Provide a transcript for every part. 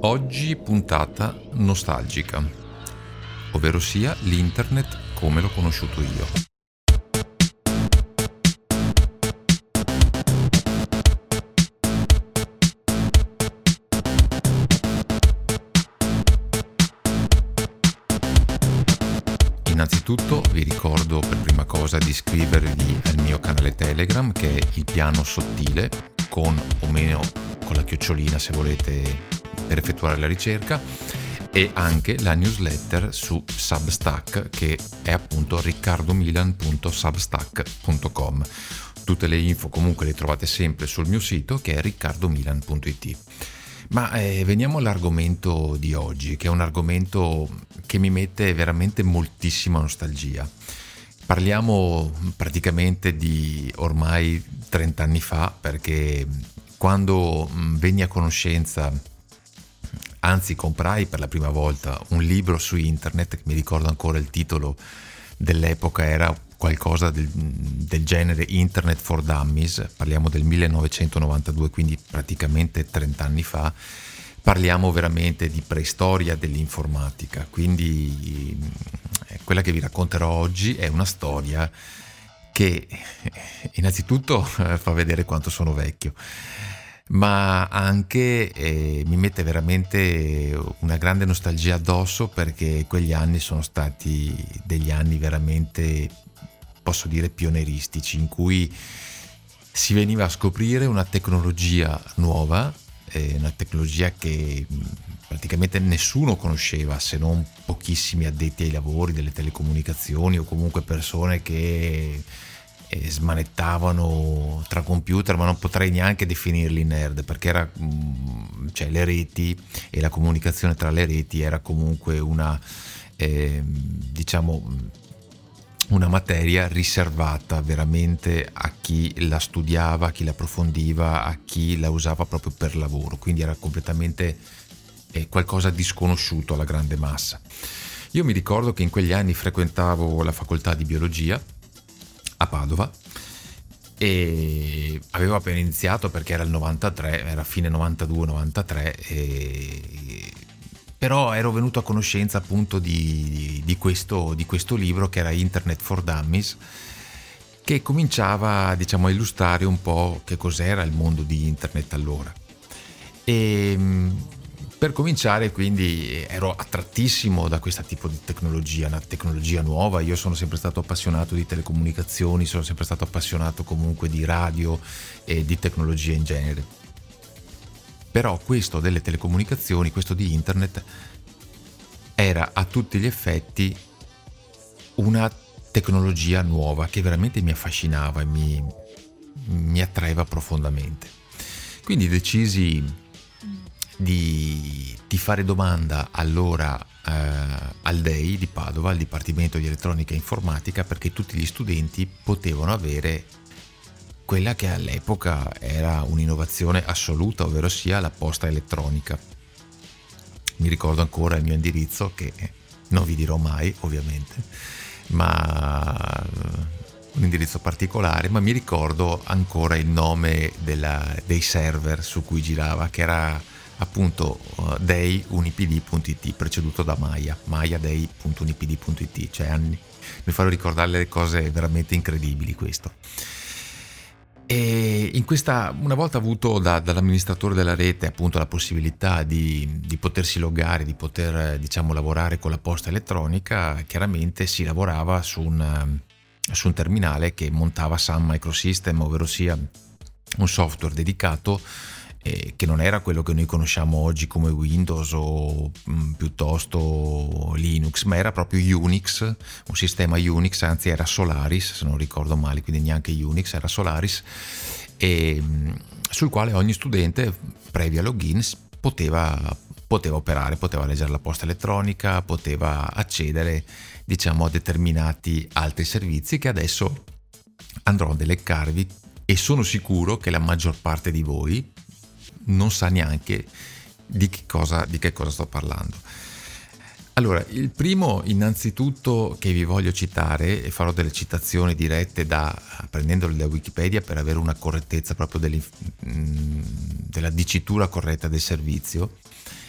Oggi puntata nostalgica, ovvero sia l'internet come l'ho conosciuto io. Innanzitutto vi ricordo per prima cosa di iscrivervi al mio canale Telegram, che è Il Piano Sottile, con o meno con la chiocciolina se volete per effettuare la ricerca, e anche la newsletter su Substack, che è appunto riccardomilan.substack.com. Tutte le info comunque le trovate sempre sul mio sito, che è riccardomilan.it. Ma veniamo all'argomento di oggi, che è un argomento che mi mette veramente moltissima nostalgia. Parliamo praticamente di ormai 30 anni fa, perché quando venni a conoscenza, anzi comprai per la prima volta un libro su internet, che mi ricordo ancora il titolo dell'epoca, era qualcosa del genere Internet for Dummies, parliamo del 1992, quindi praticamente 30 anni fa. Parliamo veramente di preistoria dell'informatica, quindi quella che vi racconterò oggi è una storia che innanzitutto fa vedere quanto sono vecchio, ma anche mi mette veramente una grande nostalgia addosso, perché quegli anni sono stati degli anni veramente, posso dire, pioneiristici, in cui si veniva a scoprire una tecnologia nuova, una tecnologia che praticamente nessuno conosceva, se non pochissimi addetti ai lavori delle telecomunicazioni, o comunque persone che smanettavano tra computer, ma non potrei neanche definirli nerd, perché era, cioè, le reti e la comunicazione tra le reti era comunque una una materia riservata veramente a chi la studiava, a chi la approfondiva, a chi la usava proprio per lavoro, quindi era completamente qualcosa di sconosciuto alla grande massa. Io mi ricordo che in quegli anni frequentavo la facoltà di biologia a Padova e avevo appena iniziato, perché era il 93, era fine 92-93, però ero venuto a conoscenza appunto di questo libro, che era Internet for Dummies, che cominciava, diciamo, a illustrare un po' che cos'era il mondo di internet allora. E per cominciare, quindi, ero attrattissimo da questo tipo di tecnologia, una tecnologia nuova. Io sono sempre stato appassionato di telecomunicazioni, sono sempre stato appassionato comunque di radio e di tecnologia in genere. Però questo delle telecomunicazioni, questo di internet, era a tutti gli effetti una tecnologia nuova che veramente mi affascinava e mi attraeva profondamente. Quindi decisi di fare domanda allora al DEI di Padova, al Dipartimento di Elettronica e Informatica, perché tutti gli studenti potevano avere quella che all'epoca era un'innovazione assoluta, ovvero sia la posta elettronica. Mi ricordo ancora il mio indirizzo, che non vi dirò mai ovviamente, ma un indirizzo particolare, ma mi ricordo ancora il nome dei server su cui girava, che era appunto dei.unipd.it, preceduto da maiadei.unipd.it, cioè anni. Mi farò ricordare le cose veramente incredibili, questo. E una volta avuto dall'amministratore della rete appunto la possibilità di potersi loggare, di poter, diciamo, lavorare con la posta elettronica, chiaramente si lavorava su un terminale che montava Sun Microsystem, ovvero sia un software dedicato che non era quello che noi conosciamo oggi come Windows o piuttosto Linux, ma era proprio Unix, un sistema Unix, anzi era Solaris se non ricordo male, quindi neanche Unix, era Solaris, e sul quale ogni studente, previa login, poteva operare, poteva leggere la posta elettronica, poteva accedere, diciamo, a determinati altri servizi che adesso andrò ad elencarvi, e sono sicuro che la maggior parte di voi non sa neanche di che cosa sto parlando. Allora, il primo innanzitutto che vi voglio citare, e farò delle citazioni dirette prendendole da Wikipedia per avere una correttezza proprio della dicitura corretta del servizio,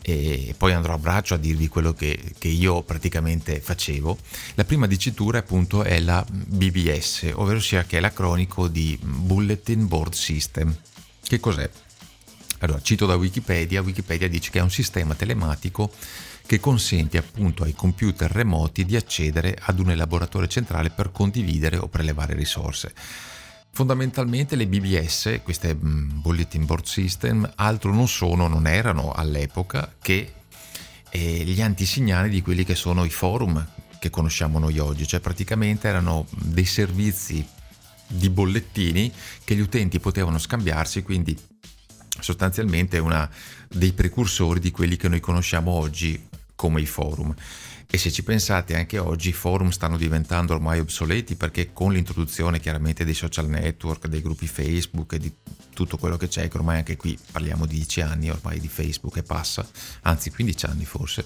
e poi andrò a braccio a dirvi quello che io praticamente facevo. La prima dicitura appunto è la BBS, ovvero sia che è l'acronico di Bulletin Board System. Che cos'è? Allora, cito da Wikipedia dice che è un sistema telematico che consente appunto ai computer remoti di accedere ad un elaboratore centrale per condividere o prelevare risorse. Fondamentalmente le BBS, queste Bulletin Board System, altro non erano all'epoca che gli antisignani di quelli che sono i forum che conosciamo noi oggi, cioè praticamente erano dei servizi di bollettini che gli utenti potevano scambiarsi, quindi sostanzialmente dei precursori di quelli che noi conosciamo oggi come i forum. E se ci pensate, anche oggi i forum stanno diventando ormai obsoleti, perché con l'introduzione chiaramente dei social network, dei gruppi Facebook e di tutto quello che c'è, che ormai anche qui parliamo di 10 anni ormai di Facebook e passa, anzi 15 anni forse,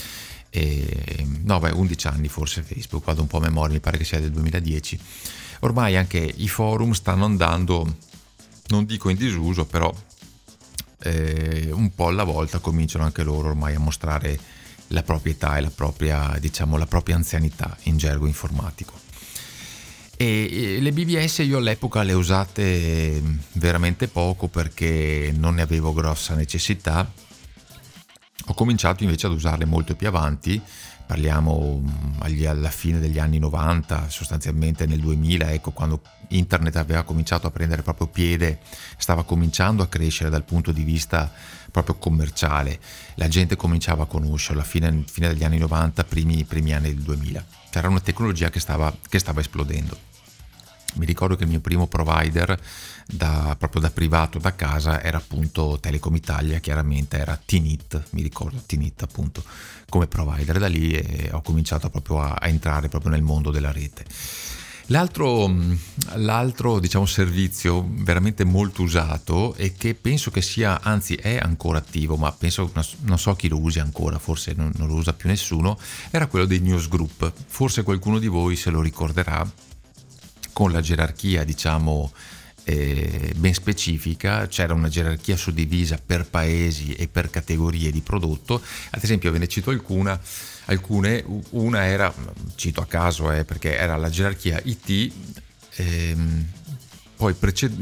11 anni forse Facebook, vado un po' a memoria, mi pare che sia del 2010. Ormai anche i forum stanno andando, non dico in disuso, però un po' alla volta cominciano anche loro ormai a mostrare la propria età e la propria anzianità in gergo informatico. E le BBS io all'epoca le usate veramente poco perché non ne avevo grossa necessità. Ho cominciato invece ad usarle molto più avanti, parliamo alla fine degli anni 90, sostanzialmente nel 2000, ecco, quando internet aveva cominciato a prendere proprio piede, stava cominciando a crescere dal punto di vista proprio commerciale, la gente cominciava a conoscerlo, alla fine degli anni 90, primi anni del 2000. C'era una tecnologia che stava esplodendo. Mi ricordo che il mio primo provider proprio da privato, da casa, era appunto Telecom Italia, chiaramente era T-Net, mi ricordo T-Net appunto come provider, da lì ho cominciato proprio a entrare proprio nel mondo della rete. L'altro diciamo servizio veramente molto usato e che penso che sia, anzi è ancora attivo, ma penso, non so chi lo usi ancora, forse non lo usa più nessuno, era quello dei newsgroup. Forse qualcuno di voi se lo ricorderà, con la gerarchia diciamo ben specifica. C'era una gerarchia suddivisa per paesi e per categorie di prodotto. Ad esempio ve ne cito alcune, una era, cito a caso perché era la gerarchia IT, poi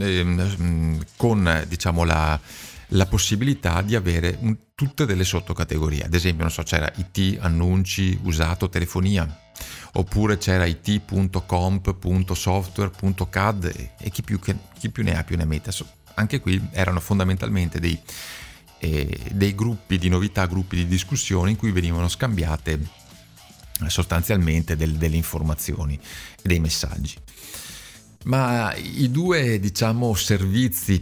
con diciamo la possibilità di avere tutte delle sottocategorie. Ad esempio, non so, c'era IT, annunci, usato, telefonia, oppure c'era it.comp.software.cad e chi più ne ha più ne metta. Anche qui erano fondamentalmente dei gruppi di novità, gruppi di discussione in cui venivano scambiate sostanzialmente delle informazioni e dei messaggi. Ma i due diciamo servizi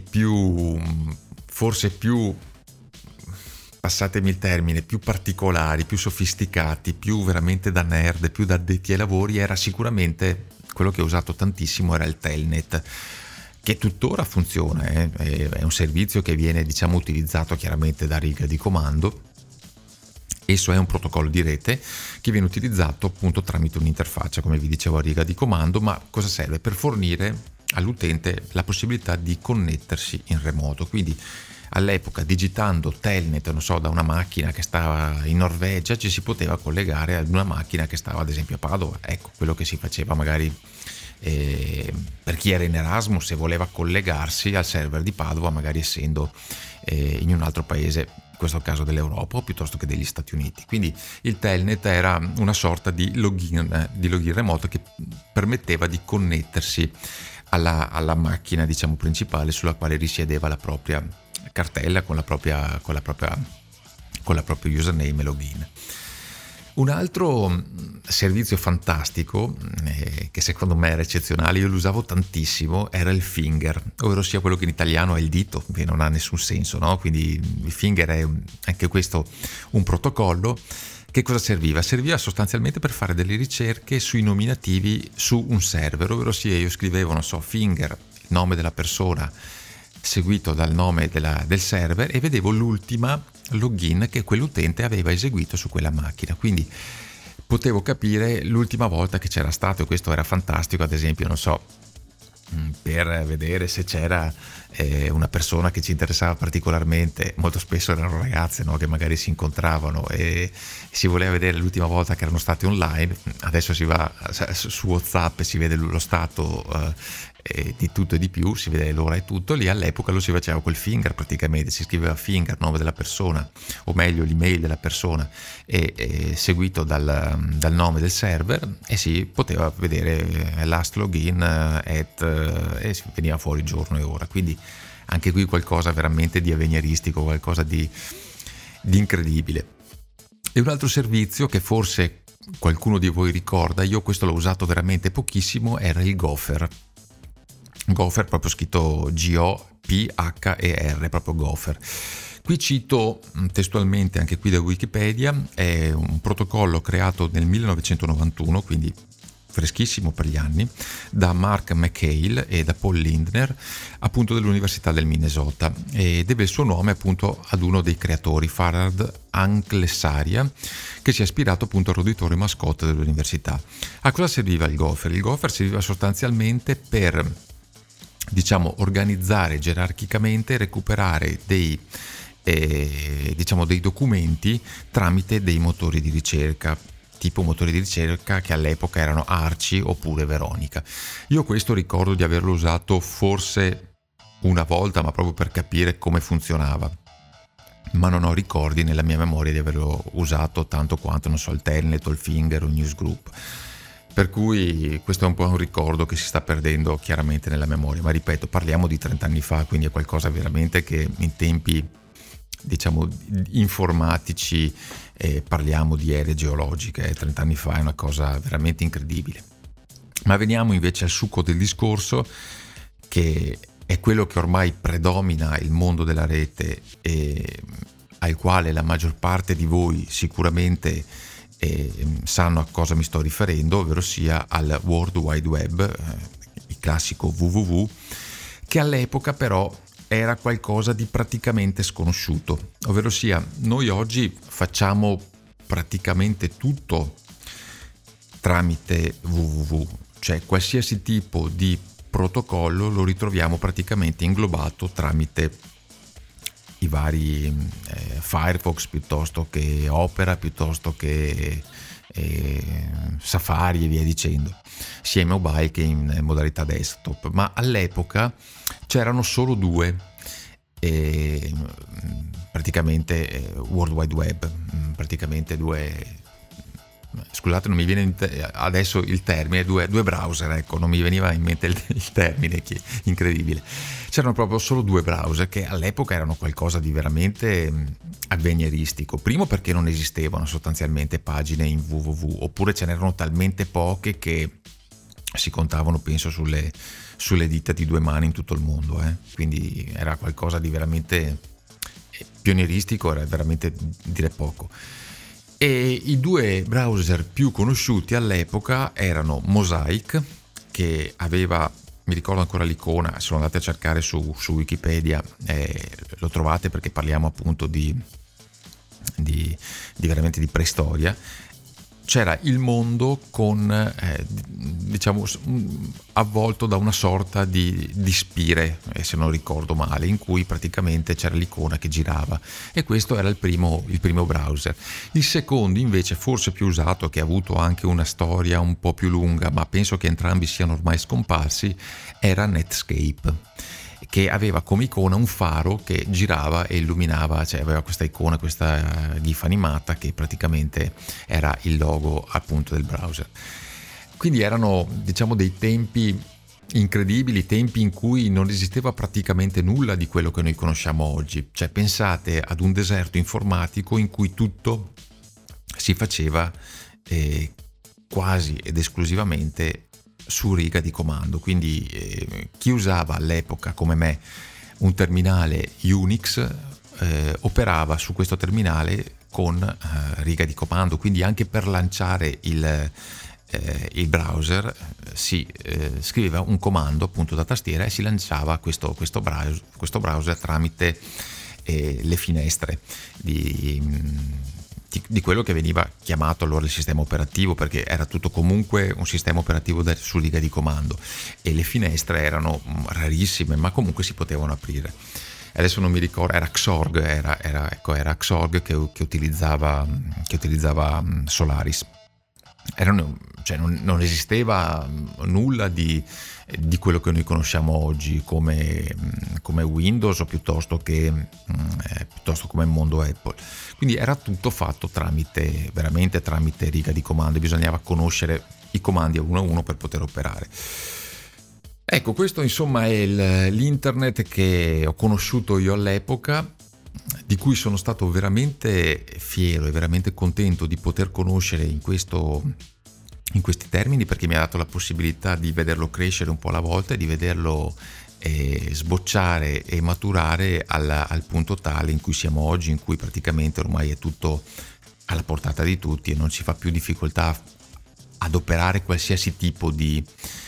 forse più, passatemi il termine, più particolari, più sofisticati, più veramente da nerd, più da addetti ai lavori, era sicuramente quello che ho usato tantissimo, era il Telnet, che tuttora funziona, è un servizio che viene diciamo utilizzato chiaramente da riga di comando. Esso è un protocollo di rete che viene utilizzato appunto tramite un'interfaccia, come vi dicevo, a riga di comando. Ma cosa serve? Per fornire all'utente la possibilità di connettersi in remoto. Quindi all'epoca, digitando Telnet, non so, da una macchina che stava in Norvegia, ci si poteva collegare ad una macchina che stava ad esempio a Padova. Ecco, quello che si faceva magari per chi era in Erasmus e voleva collegarsi al server di Padova, magari essendo in un altro paese, in questo caso dell'Europa o piuttosto che degli Stati Uniti. Quindi il Telnet era una sorta di login remoto che permetteva di connettersi alla macchina diciamo principale sulla quale risiedeva la propria cartella con la propria username e login. Un altro servizio fantastico che secondo me era eccezionale, io lo usavo tantissimo, era il Finger, ovvero sia quello che in italiano è il dito, che non ha nessun senso, no? Quindi il Finger è anche questo un protocollo. Che cosa serviva? Serviva sostanzialmente per fare delle ricerche sui nominativi su un server, ovvero sia io scrivevo, non so, Finger, il nome della persona seguito dal nome del server, e vedevo l'ultima login che quell'utente aveva eseguito su quella macchina, quindi potevo capire l'ultima volta che c'era stato, e questo era fantastico. Ad esempio, non so, per vedere se c'era una persona che ci interessava particolarmente. Molto spesso erano ragazze, no, che magari si incontravano e si voleva vedere l'ultima volta che erano state online. Adesso si va su WhatsApp e si vede lo stato di tutto e di più, si vede l'ora e tutto. Lì all'epoca lo si faceva col finger, praticamente si scriveva finger, nome della persona, o meglio l'email della persona, e seguito dal nome del server, e si poteva vedere last login e si veniva fuori giorno e ora. Quindi anche qui qualcosa veramente di avveniristico, qualcosa di incredibile. E un altro servizio che forse qualcuno di voi ricorda, io questo l'ho usato veramente pochissimo, era il Gopher. Gopher, proprio scritto Gopher, proprio Gopher. Qui cito testualmente, anche qui da Wikipedia, è un protocollo creato nel 1991, quindi freschissimo per gli anni, da Mark McHale e da Paul Lindner, appunto dell'Università del Minnesota, e deve il suo nome appunto ad uno dei creatori, Farhad Anklesaria, che si è ispirato appunto al roditore mascotte dell'università. A cosa serviva il Gopher? Il Gopher serviva sostanzialmente per, diciamo, organizzare gerarchicamente e recuperare dei documenti tramite dei motori di ricerca, tipo motori di ricerca che all'epoca erano Archie oppure Veronica. Io questo ricordo di averlo usato forse una volta, ma proprio per capire come funzionava, ma non ho ricordi nella mia memoria di averlo usato tanto quanto, non so, il Telnet o il Finger o il Newsgroup. Per cui questo è un po' un ricordo che si sta perdendo chiaramente nella memoria, ma ripeto, parliamo di 30 anni fa, quindi è qualcosa veramente che in tempi, diciamo, informatici, parliamo di ere geologiche, 30 anni fa è una cosa veramente incredibile. Ma veniamo invece al succo del discorso, che è quello che ormai predomina il mondo della rete e al quale la maggior parte di voi sicuramente sanno a cosa mi sto riferendo, ovvero sia al World Wide Web, il classico www, che all'epoca però era qualcosa di praticamente sconosciuto, ovvero sia noi oggi facciamo praticamente tutto tramite www, cioè qualsiasi tipo di protocollo lo ritroviamo praticamente inglobato tramite i vari Firefox, piuttosto che Opera, piuttosto che Safari e via dicendo, sia in mobile che in modalità desktop. Ma all'epoca c'erano solo due praticamente World Wide Web, praticamente due, scusate non mi viene adesso il termine, due browser, ecco, non mi veniva in mente il termine, che incredibile. C'erano proprio solo due browser che all'epoca erano qualcosa di veramente avveniristico. Primo perché non esistevano sostanzialmente pagine in www, oppure ce n'erano talmente poche che si contavano, penso, sulle dita di due mani in tutto il mondo, quindi era qualcosa di veramente pionieristico, era veramente dire poco. E i due browser più conosciuti all'epoca erano Mosaic, che aveva, mi ricordo ancora l'icona, se lo andate a cercare su Wikipedia lo trovate, perché parliamo appunto di veramente di preistoria. C'era il mondo con diciamo avvolto da una sorta di spire, se non ricordo male, in cui praticamente c'era l'icona che girava, e questo era il primo browser. Il secondo invece, forse più usato, che ha avuto anche una storia un po' più lunga, ma penso che entrambi siano ormai scomparsi, era Netscape, che aveva come icona un faro che girava e illuminava, cioè aveva questa icona, questa gif animata che praticamente era il logo appunto del browser. Quindi erano, diciamo, dei tempi incredibili, tempi in cui non esisteva praticamente nulla di quello che noi conosciamo oggi. Cioè pensate ad un deserto informatico in cui tutto si faceva quasi ed esclusivamente su riga di comando. Quindi chi usava all'epoca come me un terminale Unix operava su questo terminale con riga di comando, quindi anche per lanciare il browser si scriveva un comando appunto da tastiera e si lanciava questo browser tramite le finestre di quello che veniva chiamato allora il sistema operativo, perché era tutto comunque un sistema operativo su riga di comando e le finestre erano rarissime, ma comunque si potevano aprire. Adesso non mi ricordo, era Xorg, era Xorg che utilizzava Solaris. Cioè non esisteva nulla di quello che noi conosciamo oggi come Windows o piuttosto come il mondo Apple. Quindi era tutto fatto veramente tramite riga di comando, bisognava conoscere i comandi a uno per poter operare. Ecco, questo insomma è l'internet che ho conosciuto io all'epoca, di cui sono stato veramente fiero e veramente contento di poter conoscere in questi termini, perché mi ha dato la possibilità di vederlo crescere un po' alla volta e di vederlo sbocciare e maturare al punto tale in cui siamo oggi, in cui praticamente ormai è tutto alla portata di tutti e non si fa più difficoltà ad operare qualsiasi tipo di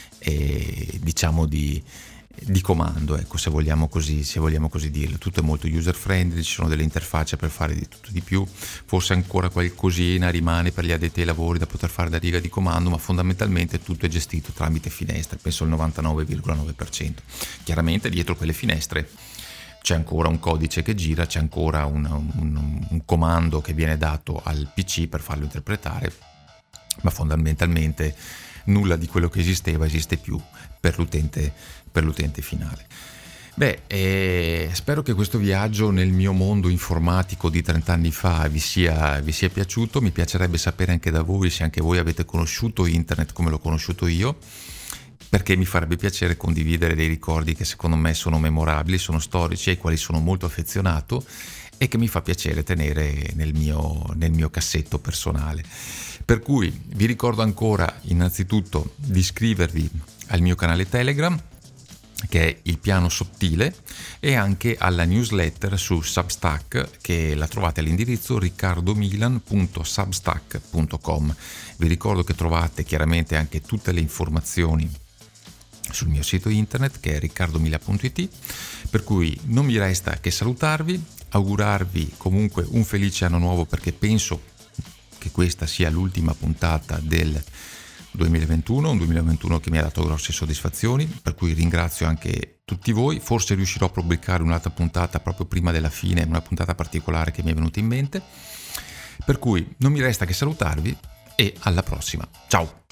comando, ecco, se vogliamo così dirlo. Tutto è molto user friendly, ci sono delle interfacce per fare di tutto di più, forse ancora qualcosina rimane per gli addetti ai lavori da poter fare da riga di comando, ma fondamentalmente tutto è gestito tramite finestre, penso il 99,9%. Chiaramente dietro quelle finestre c'è ancora un codice che gira, c'è ancora un comando che viene dato al PC per farlo interpretare, ma fondamentalmente nulla di quello che esiste più per l'utente finale. Spero che questo viaggio nel mio mondo informatico di 30 anni fa vi sia piaciuto. Mi piacerebbe sapere anche da voi se anche voi avete conosciuto internet come l'ho conosciuto io, perché mi farebbe piacere condividere dei ricordi che secondo me sono memorabili, sono storici, ai quali sono molto affezionato e che mi fa piacere tenere nel mio cassetto personale. Per cui vi ricordo ancora innanzitutto di iscrivervi al mio canale Telegram, che è Il Piano Sottile, e anche alla newsletter su Substack, che la trovate all'indirizzo riccardomilan.substack.com. Vi ricordo che trovate chiaramente anche tutte le informazioni sul mio sito internet, che è riccardomilan.it, per cui non mi resta che salutarvi, augurarvi comunque un felice anno nuovo, perché penso che questa sia l'ultima puntata del 2021, un 2021 che mi ha dato grosse soddisfazioni, per cui ringrazio anche tutti voi. Forse riuscirò a pubblicare un'altra puntata proprio prima della fine, una puntata particolare che mi è venuta in mente, per cui non mi resta che salutarvi e alla prossima. Ciao!